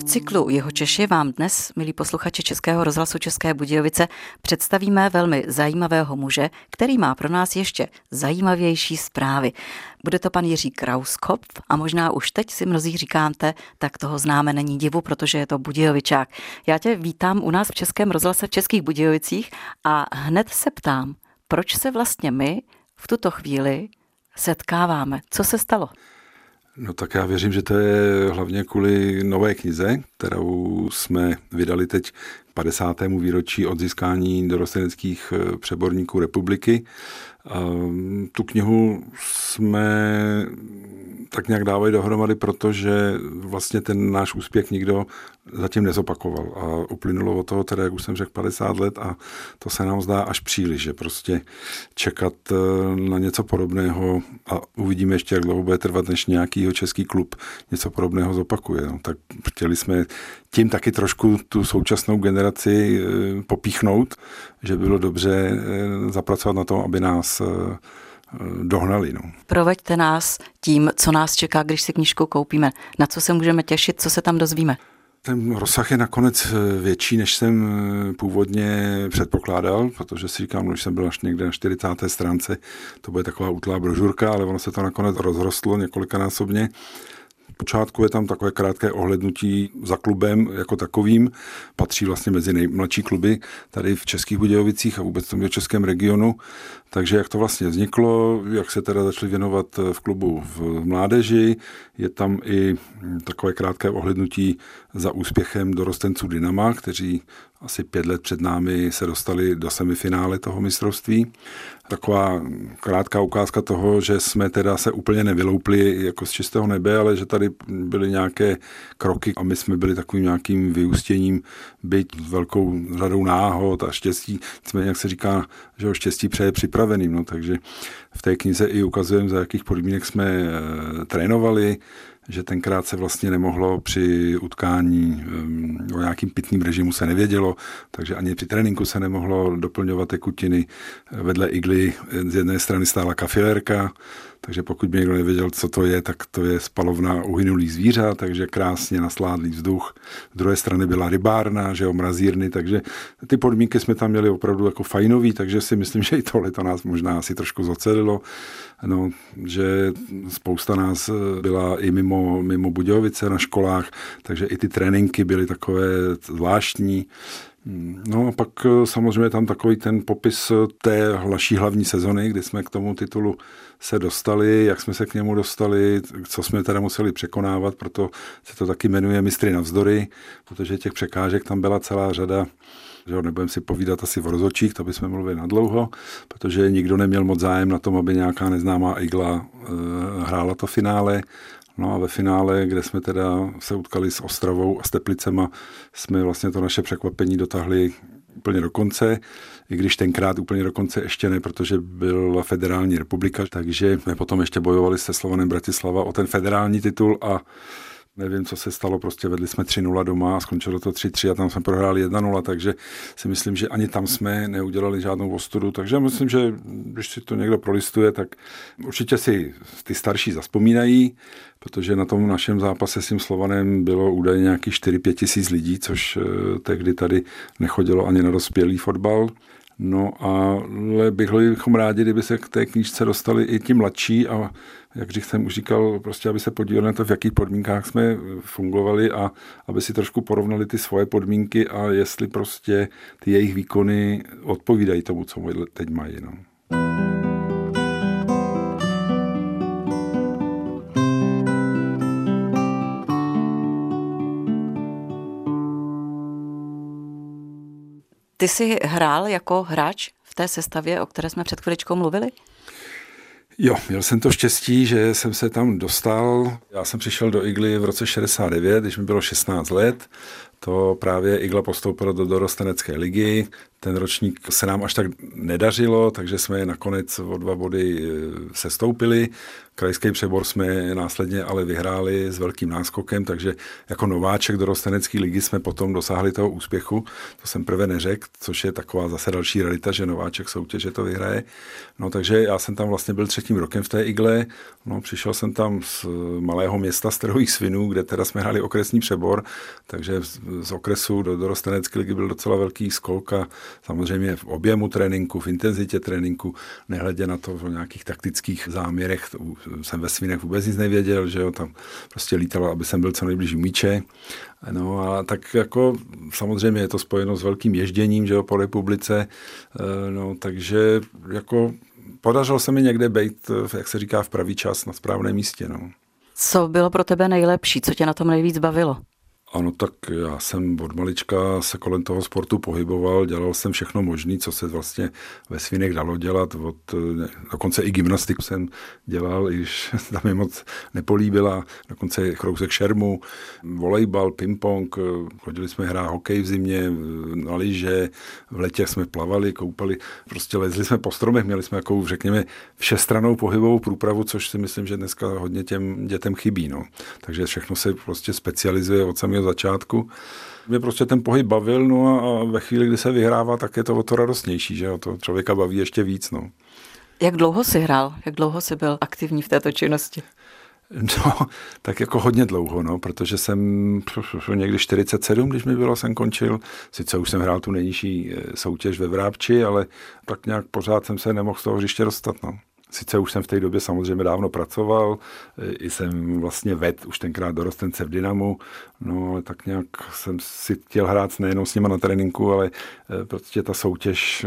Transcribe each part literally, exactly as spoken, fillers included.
cyklu Jihočeši vám dnes, milí posluchači Českého rozhlasu České Budějovice, představíme velmi zajímavého muže, který má pro nás ještě zajímavější zprávy. Bude to pan Jiří Krauskopf a možná už teď si mnozí říkáte, tak toho známe, není divu, protože je to Budějovičák. Já tě vítám u nás v Českém rozhlase v Českých Budějovicích a hned se ptám, proč se vlastně my v tuto chvíli setkáváme? Co se stalo? No tak já věřím, že to je hlavně kvůli nové knize, kterou jsme vydali teď padesátému výročí od získání dorosteneckých přeborníků republiky. A tu knihu jsme tak nějak dávali dohromady, protože vlastně ten náš úspěch nikdo zatím nezopakoval. A uplynulo od toho, teda, jak už jsem řekl, padesát let a to se nám zdá až příliš, že prostě čekat na něco podobného a uvidíme ještě, jak dlouho bude trvat, než nějaký český klub něco podobného zopakuje. No, tak chtěli jsme tím taky trošku tu současnou generaci popíchnout, že bylo dobře zapracovat na tom, aby nás dohnali. No. Proveďte nás tím, co nás čeká, když si knížku koupíme. Na co se můžeme těšit, co se tam dozvíme? Ten rozsah je nakonec větší, než jsem původně předpokládal, protože si říkám, že jsem byl až někde na čtyřicáté stránce, to bude taková útlá brožurka, ale ono se to nakonec rozrostlo několikanásobně. V počátku je tam takové krátké ohlednutí za klubem jako takovým. Patří vlastně mezi nejmladší kluby tady v Českých Budějovicích a vůbec v tom českém regionu. Takže jak to vlastně vzniklo, jak se teda začali věnovat v klubu v mládeži. Je tam i takové krátké ohlednutí za úspěchem dorostenců Dynama, kteří asi pět let před námi se dostali do semifinále toho mistrovství. Taková krátká ukázka toho, že jsme teda se úplně nevyloupli jako z čistého nebe, ale že tady byly nějaké kroky a my jsme byli takovým nějakým vyústěním, byť s velkou řadou náhod a štěstí. Nicméně, jak se říká, že o štěstí přeje připraveným. No, takže v té knize i ukazujeme, za jakých podmínek jsme e, trénovali, že tenkrát se vlastně nemohlo při utkání um, o nějakým pitným režimu se nevědělo, takže ani při tréninku se nemohlo doplňovat tekutiny. Vedle igly z jedné strany stála kafilérka, takže pokud by někdo nevěděl, co to je, tak to je spalovna uhynulých zvířat, takže krásně nasládlý vzduch. Z druhé strany byla rybárna, že jo, mrazírny, takže ty podmínky jsme tam měli opravdu jako fajnový, takže si myslím, že i tohle to nás možná asi trošku zocelilo. No, že spousta nás byla i mimo, mimo Budějovice na školách, takže i ty tréninky byly takové zvláštní. No a pak samozřejmě tam takový ten popis té naší hlavní sezony, kdy jsme k tomu titulu se dostali, jak jsme se k němu dostali, co jsme teda museli překonávat, proto se to taky jmenuje Mistry navzdory, protože těch překážek tam byla celá řada. Že nebudeme si povídat asi o rozhodčích, to bychom mluvili nadlouho, protože nikdo neměl moc zájem na tom, aby nějaká neznámá igla e, hrála to finále. No a ve finále, kde jsme teda se utkali s Ostravou a s Teplicema, jsme vlastně to naše překvapení dotáhli úplně do konce, i když tenkrát úplně do konce ještě ne, protože byla federální republika, takže jsme potom ještě bojovali se Slovanem Bratislava o ten federální titul a nevím, co se stalo, prostě vedli jsme tři nula doma a skončilo to tři tři a tam jsme prohráli jedna nula, takže si myslím, že ani tam jsme neudělali žádnou ostudu, takže myslím, že když si to někdo prolistuje, tak určitě si ty starší zazpomínají, protože na tom našem zápase s tím Slovanem bylo údajně nějakých čtyři pět tisíc lidí, což tehdy tady nechodilo ani na dospělý fotbal. No ale bychom rádi, kdyby se k té knížce dostali i ti mladší a jak jsem už říkal, prostě aby se podívali na to, v jakých podmínkách jsme fungovali a aby si trošku porovnali ty svoje podmínky a jestli prostě ty jejich výkony odpovídají tomu, co teď mají. No. Ty jsi hrál jako hráč v té sestavě, o které jsme před chviličkou mluvili? Jo, měl jsem to štěstí, že jsem se tam dostal. Já jsem přišel do igly v roce šedesát devět, když mi bylo šestnáct let. To právě igla postoupila do dorostenecké ligy, Ten ročník se nám až tak nedařilo, takže jsme nakonec o dva body sestoupili. Krajský přebor jsme následně ale vyhráli s velkým náskokem, takže jako nováček do dorostenecké ligy jsme potom dosáhli toho úspěchu. To jsem prvé neřekl, což je taková zase další realita, že nováček soutěže to vyhraje. No takže já jsem tam vlastně byl třetím rokem v té igle. No, přišel jsem tam z malého města Strhových Svinů, kde teda jsme hráli okresní přebor, takže z okresu do dorostenecké ligy byl docela velký skok a samozřejmě v objemu tréninku, v intenzitě tréninku, nehledě na to o nějakých taktických záměrech. Jsem ve Svinech vůbec nic nevěděl, že jo, tam prostě lítalo, aby jsem byl co nejblíž míče. No a tak jako samozřejmě je to spojeno s velkým ježděním, že jo, po republice, no takže jako podařilo se mi někde být, jak se říká, v pravý čas na správném místě, no. Co bylo pro tebe nejlepší, co tě na tom nejvíc bavilo? Ano, tak já jsem od malička se kolem toho sportu pohyboval, dělal jsem všechno možné, co se vlastně ve Svinech dalo dělat, od, dokonce i gymnastiku jsem dělal, i když tam mi moc nepolíbila, dokonce krousek šermu, volejbal, ping-pong, chodili jsme hrát hokej v zimě, na lyže, v letě jsme plavali, koupali, prostě lezli jsme po stromech, měli jsme jako, řekněme, všestrannou pohybovou průpravu, což si myslím, že dneska hodně těm dětem chybí, no. Takže všechno se prostě specializuje od samého začátku. Mě prostě ten pohyb bavil, no a ve chvíli, kdy se vyhrává, tak je to o to radostnější, že jo, to člověka baví ještě víc, no. Jak dlouho jsi hrál? Jak dlouho jsi byl aktivní v této činnosti? No, tak jako hodně dlouho, no, protože jsem někdy čtyřicet sedm, když mi bylo, jsem končil. Sice už jsem hrál tu nejnižší soutěž ve Vrápči, ale tak nějak pořád jsem se nemohl z toho hřiště dostat, no. Sice už jsem v té době samozřejmě dávno pracoval, i jsem vlastně vedl už tenkrát dorostence v Dynamu, no ale tak nějak jsem si chtěl hrát nejenom s nima na tréninku, ale prostě ta soutěž,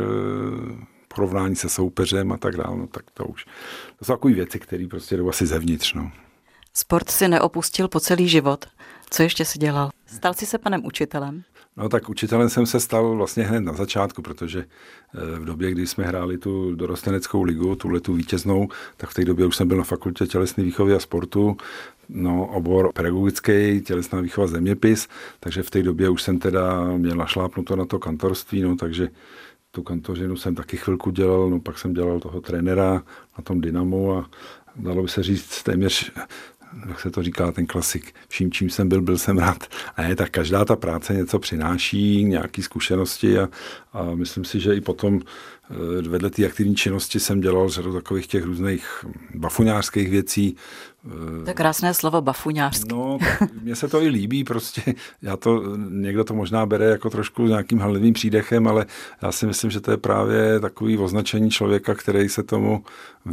porovnání se soupeřem a tak dále, no tak to už. To jsou takové věci, které prostě jdou asi zevnitř, no. Sport si neopustil po celý život. Co ještě si dělal? Stal jsi se panem učitelem? No tak učitelem jsem se stal vlastně hned na začátku, protože v době, kdy jsme hráli tu dorosteneckou ligu, tuhletu vítěznou, tak v té době už jsem byl na fakultě tělesné výchovy a sportu, no obor pedagogický, tělesná výchova zeměpis, takže v té době už jsem teda měl našlápnuto na to kantorství, no takže tu kantořinu jsem taky chvilku dělal, no pak jsem dělal toho trenéra na tom Dynamu a dalo by se říct téměř, jak se to říká, ten klasik, vším, čím jsem byl, byl jsem rád. A ne, tak každá ta práce něco přináší, nějaké zkušenosti a, a myslím si, že i potom vedle té aktivní činnosti jsem dělal řadu takových těch různých bafuňářských věcí. To je krásné slovo, bafuňářský. No, mně se to i líbí, prostě já to, někdo to možná bere jako trošku nějakým hanlivým přídechem, ale já si myslím, že to je právě takový označení člověka, který se tomu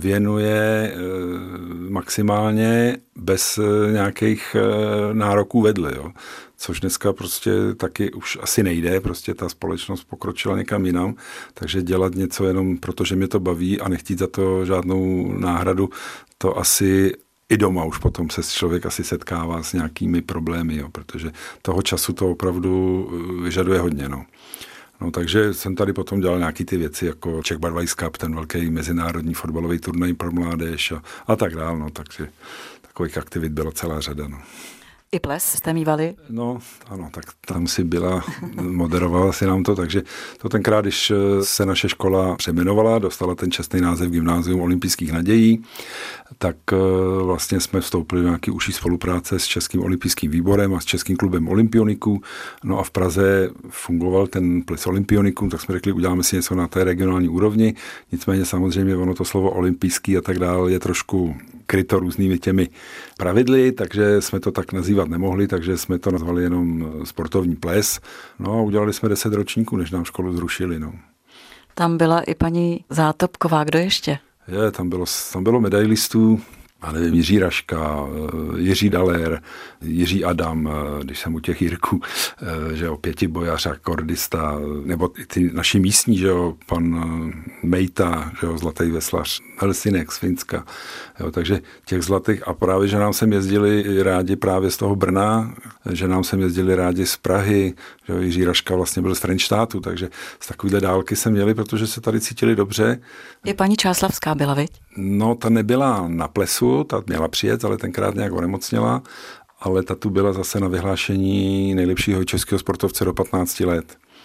věnuje maximálně bez nějakých nároků vedle, jo. Což dneska prostě taky už asi nejde, prostě ta společnost pokročila někam jinam, takže dělat něco jenom proto, že mě to baví a nechtít za to žádnou náhradu, to asi i doma už potom se člověk asi setkává s nějakými problémy, jo, protože toho času to opravdu vyžaduje hodně, no. No, takže jsem tady potom dělal nějaký ty věci, jako Czech Barvice Cup, ten velký mezinárodní fotbalový turnaj pro mládež a, a tak dál, no, takže takových aktivit byla celá řada, no. I ples jste mívali? No, ano, tak tam si byla, moderovala si nám to, takže to tenkrát, když se naše škola přejmenovala, dostala ten čestný název Gymnázium olympijských nadějí, tak vlastně jsme vstoupili do nějaké užší spolupráce s Českým olympijským výborem a s Českým klubem olympioniků. No a v Praze fungoval ten ples olympioniků, tak jsme řekli, uděláme si něco na té regionální úrovni. Nicméně samozřejmě ono to slovo olympijský a tak dále je trošku kryto různými těmi pravidly, takže jsme to tak nazývat nemohli, takže jsme to nazvali jenom sportovní ples. No a udělali jsme deset ročníků, než nám školu zrušili. No. Tam byla i paní Zátopková, kdo ještě? Je, tam bylo, tam bylo medailistů, a nevím, Jiří Raška, Jiří Dalér, Jiří Adam, když jsem u těch Jirků, že jo, pětibojař a kordista, nebo ty naši místní, že jo, pan Mejta, že jo, zlatý veslař, Helsinek z Finska, jo, takže těch zlatých, a právě, že nám sem jezdili rádi právě z toho Brna, že nám sem jezdili rádi z Prahy, že jo, Jiří Raška vlastně byl z Frenštátu, takže z takovýhle dálky se měli, protože se tady cítili dobře. Je paní Čáslavská byla, viď? No, ta nebyla na plesu, ta měla přijet, ale tenkrát nějak onemocněla, ale ta tu byla zase na vyhlášení nejlepšího českého sportovce do patnácti let.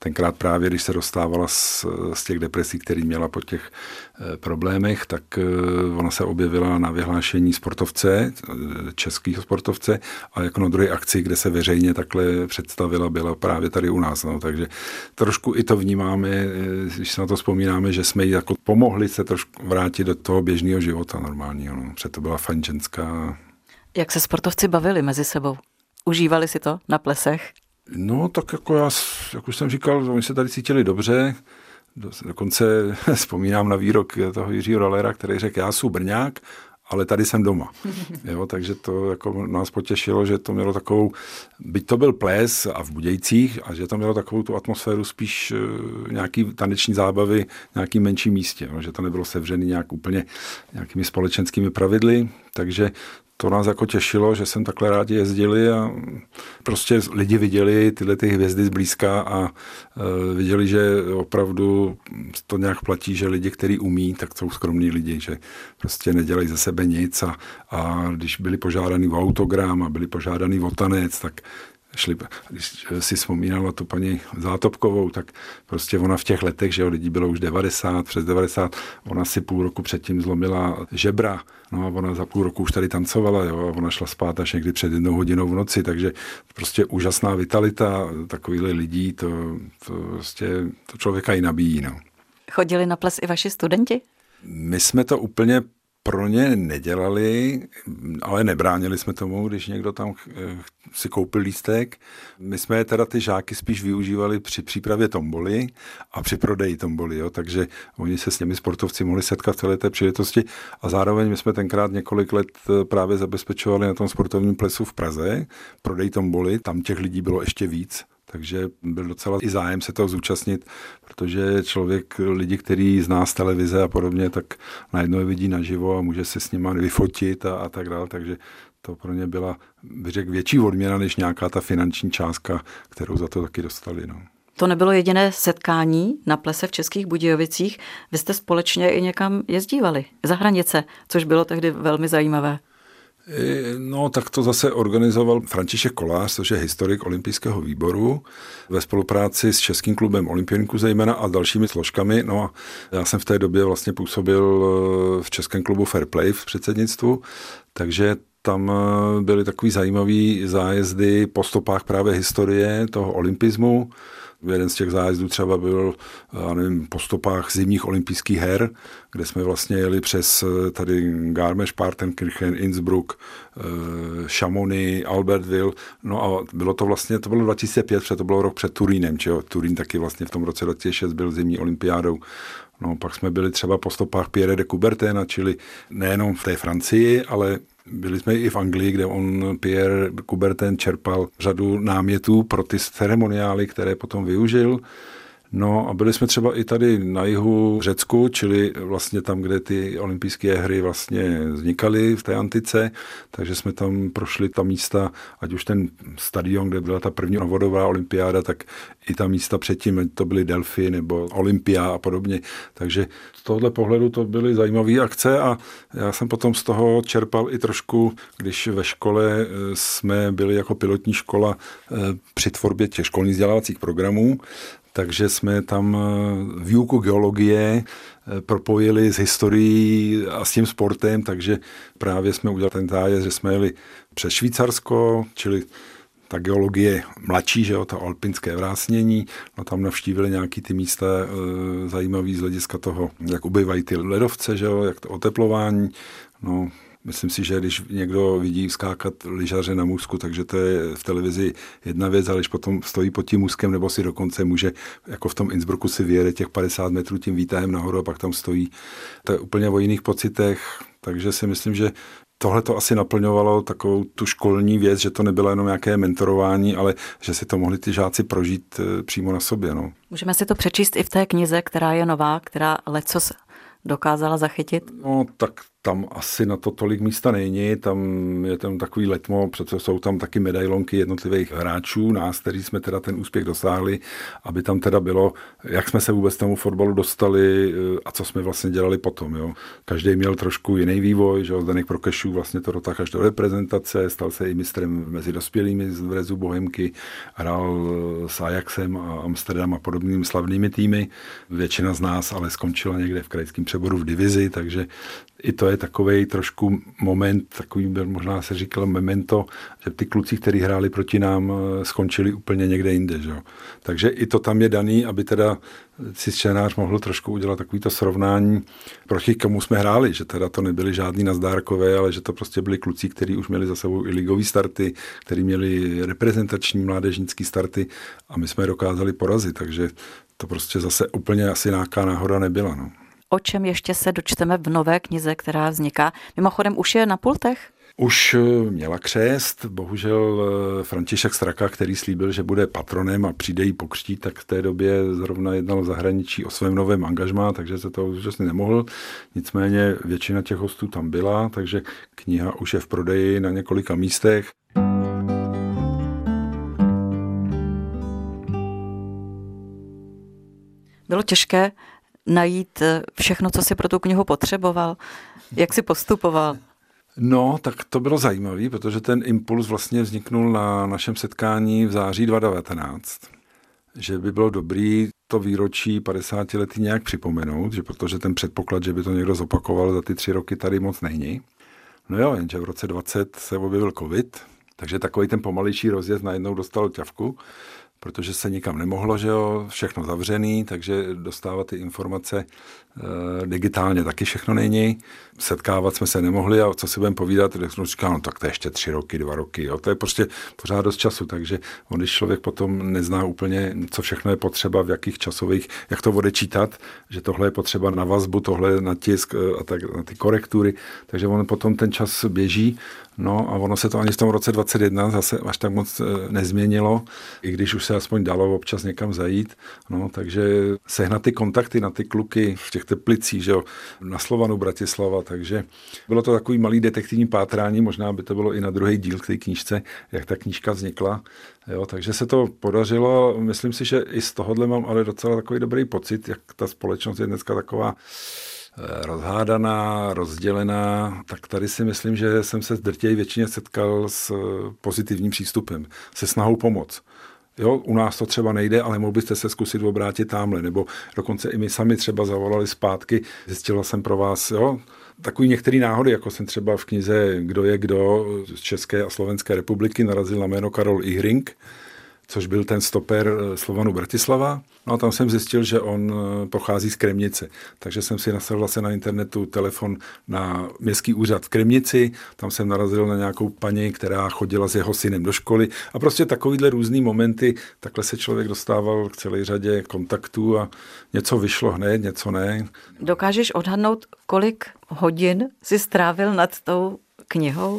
tenkrát právě, když se dostávala z, z těch depresí, který měla po těch e, problémech, tak e, ona se objevila na vyhlášení sportovce, českého sportovce, a jako na druhé akci, kde se veřejně takhle představila, byla právě tady u nás. No. Takže trošku i to vnímáme, když se na to vzpomínáme, že jsme jí jako pomohli se trošku vrátit do toho běžného života normálního. No. Protože to byla fajn ženská. Jak se sportovci bavili mezi sebou? Užívali si to na plesech? No, tak jako já, jak už jsem říkal, oni se tady cítili dobře. Dokonce vzpomínám na výrok toho Jiřího Rallera, který řekl, já jsem Brňák, ale tady jsem doma. Jo, takže to jako nás potěšilo, že to mělo takovou, byť to byl ples a v Budějcích, a že to mělo takovou tu atmosféru spíš nějaký taneční zábavy v nějakým menším místě, no, že to nebylo sevřený nějak úplně nějakými společenskými pravidly, takže to nás jako těšilo, že jsem takhle rádi jezdili a prostě lidi viděli tyhle ty hvězdy zblízka a e, viděli, že opravdu to nějak platí, že lidi, kteří umí, tak jsou skromní lidi, že prostě nedělají ze sebe nic a, a když byli požádaný o autogram a byli požádaný o tanec, tak šli, když si vzpomínala tu paní Zátopkovou, tak prostě ona v těch letech, že jo, lidí bylo už devadesát, přes devadesát, ona si půl roku předtím zlomila žebra, no a ona za půl roku už tady tancovala, jo, a ona šla spát až někdy před jednou hodinou v noci, takže prostě úžasná vitalita takovýhle lidí, to, to prostě to člověka i nabíjí, no. Chodili na ples i vaši studenti? My jsme to úplně pro ně nedělali, ale nebránili jsme tomu, když někdo tam si koupil lístek. My jsme teda ty žáky spíš využívali při přípravě tomboly a při prodeji tomboly, jo? Takže oni se s těmi sportovci mohli setkat v celé té příležitosti a zároveň my jsme tenkrát několik let právě zabezpečovali na tom sportovním plesu v Praze prodej tomboly, tam těch lidí bylo ještě víc. Takže byl docela i zájem se toho zúčastnit, protože člověk, lidi, který zná z televize a podobně, tak najednou je vidí naživo a může se s nima vyfotit a, a tak dále. Takže to pro ně byla, bych řekl, větší odměna, než nějaká ta finanční částka, kterou za to taky dostali. No. To nebylo jediné setkání na plese v Českých Budějovicích. Vy jste společně i někam jezdívali za hranice, což bylo tehdy velmi zajímavé. No, tak to zase organizoval František Kolář, což je historik olympijského výboru, ve spolupráci s Českým klubem Olympioniku zejména a dalšími složkami. No a já jsem v té době vlastně působil v Českém klubu Fair Play v předsednictvu, takže tam byly takový zajímavý zájezdy po stopách právě historie toho olympismu. Jeden z těch zájezdů třeba byl, já nevím, po stopách zimních olympijských her, kde jsme vlastně jeli přes tady Garmisch-Partenkirchen, Innsbruck, Chamonix, Albertville. No a bylo to vlastně, to bylo dva tisíce pět, protože to bylo rok před Turínem, čijo. Turín taky vlastně v tom roce dva tisíce šest byl zimní olympiádou. No, pak jsme byli třeba po stopách Pierre de Coubertina, čili nejenom v té Francii, ale byli jsme i v Anglii, kde on, Pierre de Coubertin, čerpal řadu námětů pro ty ceremoniály, které potom využil. No a byli jsme třeba i tady na jihu Řecku, čili vlastně tam, kde ty olympijské hry vlastně vznikaly v té antice, takže jsme tam prošli ta místa, ať už ten stadion, kde byla ta první vodová olympiáda, tak i ta místa předtím, to byly Delphi nebo Olympia a podobně. Takže z tohohle pohledu to byly zajímavé akce a já jsem potom z toho čerpal i trošku, když ve škole jsme byli jako pilotní škola při tvorbě těch školních vzdělávacích programů, takže jsme tam výuku geologie propojili s historií a s tím sportem, takže právě jsme udělali ten zájezd, že jsme jeli přes Švýcarsko, čili ta geologie mladší, že jo, to alpinské vrásnění, no tam navštívili nějaký ty místa e, zajímavý z hlediska toho, jak ubývají ty ledovce, že jo, jak to oteplování, no. Myslím si, že když někdo vidí skákat lyžaře na můstku, takže to je v televizi jedna věc, ale když potom stojí pod tím můstkem, nebo si dokonce může, jako v tom Innsbrucku si vyjede těch padesát metrů tím výtahem nahoru a pak tam stojí. To je úplně o jiných pocitech, takže si myslím, že tohle to asi naplňovalo takovou tu školní věc, že to nebylo jenom nějaké mentorování, ale že si to mohli ty žáci prožít přímo na sobě. No. Můžeme si to přečíst i v té knize, která je nová, která lecos dokázala zachytit? No, tak tam asi na to tolik místa není, tam je tam takový letmo, protože jsou tam taky medailonky jednotlivých hráčů, nás, kteří jsme teda ten úspěch dosáhli, aby tam teda bylo, jak jsme se vůbec tomu fotbalu dostali a co jsme vlastně dělali potom. Jo. Každý měl trošku jiný vývoj, že Zdeněk Prokešů vlastně to dotáhl až do reprezentace, stal se i mistrem mezi dospělými z Vrezu Bohemky, hrál s Ajaxem a Amsterdam a podobnými slavnými týmy. Většina z nás ale skončila někde v krajském přeboru v divizi, takže i to je takovej trošku moment, takový byl možná se říkal memento, že ty kluci, kteří hráli proti nám, skončili úplně někde jinde. Že? Takže i to tam je daný, aby teda si scénář mohl trošku udělat takovýto srovnání, proti komu jsme hráli, že teda to nebyli žádný nazdárkové, ale že to prostě byli kluci, kteří už měli za sebou i ligový starty, kteří měli reprezentační mládežnický starty a my jsme je dokázali porazit, takže to prostě zase úplně asi nějaká náhoda nebyla. No. O čem ještě se dočteme v nové knize, která vzniká? Mimochodem už je na pultech? Už měla křest, bohužel František Straka, který slíbil, že bude patronem a přijde jí pokřtít, tak v té době zrovna jednal v zahraničí o svém novém angažmá, takže se to úžasně nemohl. Nicméně většina těch hostů tam byla, takže kniha už je v prodeji na několika místech. Bylo těžké najít všechno, co si pro tu knihu potřeboval? Jak si postupoval? No, tak to bylo zajímavé, protože ten impuls vlastně vzniknul na našem setkání v září dva tisíce devatenáct. Že by bylo dobrý to výročí padesátiletí nějak připomenout, že protože ten předpoklad, že by to někdo zopakoval za ty tři roky tady moc není. No jo, jenže v roce dvacet se objevil covid, takže takový ten pomalejší rozjezd najednou dostal ťavku, protože se nikam nemohlo, že jo, všechno zavřený, takže dostávat ty informace e, digitálně taky všechno není. Setkávat jsme se nemohli a co si budeme povídat, tak jsem říkal, no tak to je ještě tři roky, dva roky, jo, to je prostě pořád dost času, takže on, když člověk potom nezná úplně, co všechno je potřeba, v jakých časových, jak to odečítat, že tohle je potřeba na vazbu, tohle na tisk a tak, na ty korektury, takže on potom ten čas běží, no a ono se to ani v tom roce dvacet jedna zase až tak moc nezměnilo, i když už se aspoň dalo občas někam zajít, no, takže sehnat ty kontakty na ty kluky v těch Teplicích, že jo, na Slovanu Bratislava, takže bylo to takový malý detektivní pátrání, možná by to bylo i na druhý díl k té knížce, jak ta knížka vznikla, jo, takže se to podařilo, myslím si, že i z tohohle mám ale docela takový dobrý pocit, jak ta společnost je dneska taková rozhádaná, rozdělená, tak tady si myslím, že jsem se v drtivé většině setkal s pozitivním přístupem, se snahou pomoct. Jo, u nás to třeba nejde, ale mohl byste se zkusit obrátit tamhle, nebo dokonce i my sami třeba zavolali zpátky, zjistila jsem pro vás, jo, takový některé náhody, jako jsem třeba v knize Kdo je kdo z České a Slovenské republiky narazil na jméno Karol Ihring, což byl ten stoper Slovanu Bratislava. No a tam jsem zjistil, že on pochází z Kremnice. Takže jsem si nasadil vlastně na internetu telefon na městský úřad v Kremnici. Tam jsem narazil na nějakou paní, která chodila s jeho synem do školy. A prostě takovýhle různý momenty, takhle se člověk dostával k celé řadě kontaktů a něco vyšlo hned, něco ne. Dokážeš odhadnout, kolik hodin jsi strávil nad tou knihou?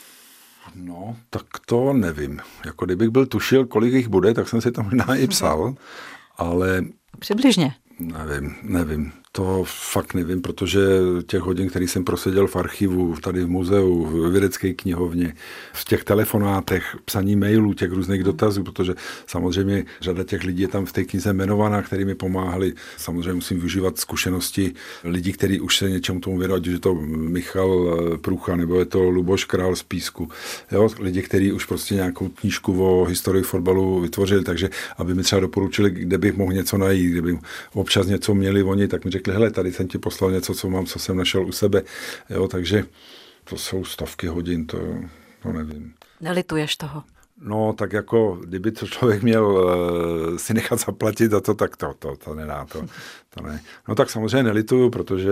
No, tak to nevím. Jako kdybych byl tušil, kolik jich bude, tak jsem si tam možná i psal, ale... Přibližně. Nevím, nevím. To fakt nevím, protože těch hodin, který jsem proseděl v archivu, tady v muzeu, v vědecké knihovně, v těch telefonátech, psaní mailů, těch různých dotazů, protože samozřejmě řada těch lidí je tam v té knize jmenovaná, který mi pomáhali. Samozřejmě musím využívat zkušenosti lidí, kteří už se něčemu tomu vědou, ať je to Michal Průcha, nebo je to Luboš Král z Písku. Jo, lidi, kteří už prostě nějakou knížku o historii fotbalu vytvořili, takže aby mi třeba doporučili, kde bych mohl něco najít, kdyby občas něco měli oni, tak mi řekli, hele, tady jsem ti poslal něco, co mám, co jsem našel u sebe. Jo, takže to jsou stovky hodin, to, to nevím. Nelituješ toho? No, tak jako, kdyby to člověk měl uh, si nechat zaplatit za to, tak to, to, to nedá, to, to ne. No tak samozřejmě nelituju, protože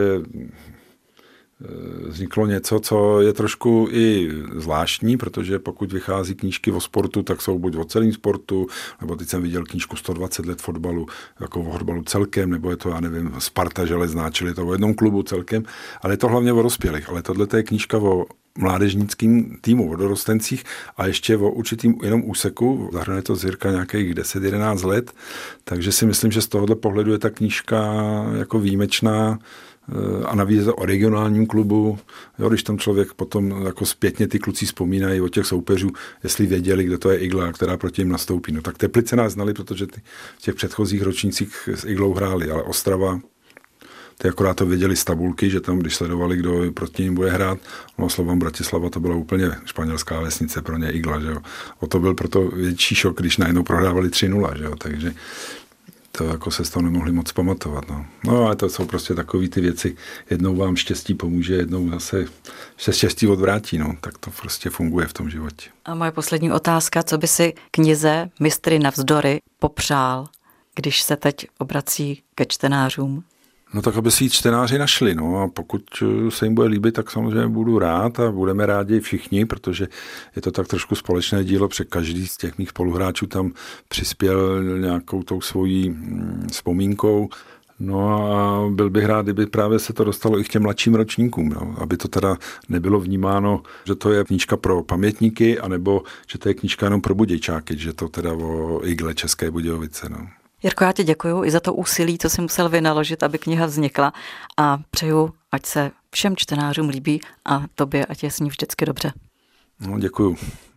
vzniklo něco, co je trošku i zvláštní, protože pokud vychází knížky o sportu, tak jsou buď o celém sportu, nebo teď jsem viděl knížku sto dvacet let fotbalu, jako o fotbalu celkem, nebo je to, já nevím, Sparta Železná, čili je to o jednom klubu celkem, ale je to hlavně o dospělých. Ale tohle je knížka o mládežnickým týmu, o dorostencích a ještě o určitým jenom úseku, zahrnuje to zhirka nějakých deset jedenáct let, takže si myslím, že z tohohle pohledu je ta knížka jako výjimečná, a navíc o regionálním klubu, jo, když tam člověk potom jako zpětně ty kluci vzpomínají o těch soupeřů, jestli věděli, kde to je Igla, která proti jim nastoupí. No tak Teplice nás znali, protože ty v těch předchozích ročnících s Iglou hráli, ale Ostrava, ty akorát to věděli z tabulky, že tam, když sledovali, kdo proti ním bude hrát, no Slovan Bratislava, to byla úplně španělská vesnice pro ně Igla, že jo. O to byl proto větší šok, když najednou prohrávali tři nula, že jo, takže to jako se z toho nemohli moc pamatovat. No. no ale to jsou prostě takové ty věci. Jednou vám štěstí pomůže, jednou zase se štěstí odvrátí. No. Tak to prostě funguje v tom životě. A moje poslední otázka, co by si knize Mistry navzdory popřál, když se teď obrací ke čtenářům? No tak, aby si ji čtenáři našli. No. A pokud se jim bude líbit, tak samozřejmě budu rád a budeme rádi všichni, protože je to tak trošku společné dílo, protože každý z těch mých spoluhráčů tam přispěl nějakou tou svojí vzpomínkou. No a byl bych rád, kdyby právě se to dostalo i k těm mladším ročníkům, no. Aby to teda nebylo vnímáno, že to je knížka pro pamětníky, anebo že to je knížka jenom pro budějčáky, že to teda o Igle České Budějovice. No. Jirko, já ti děkuju i za to úsilí, co jsi musel vynaložit, aby kniha vznikla a přeju, ať se všem čtenářům líbí a tobě, ať je s ní vždycky dobře. No, děkuju.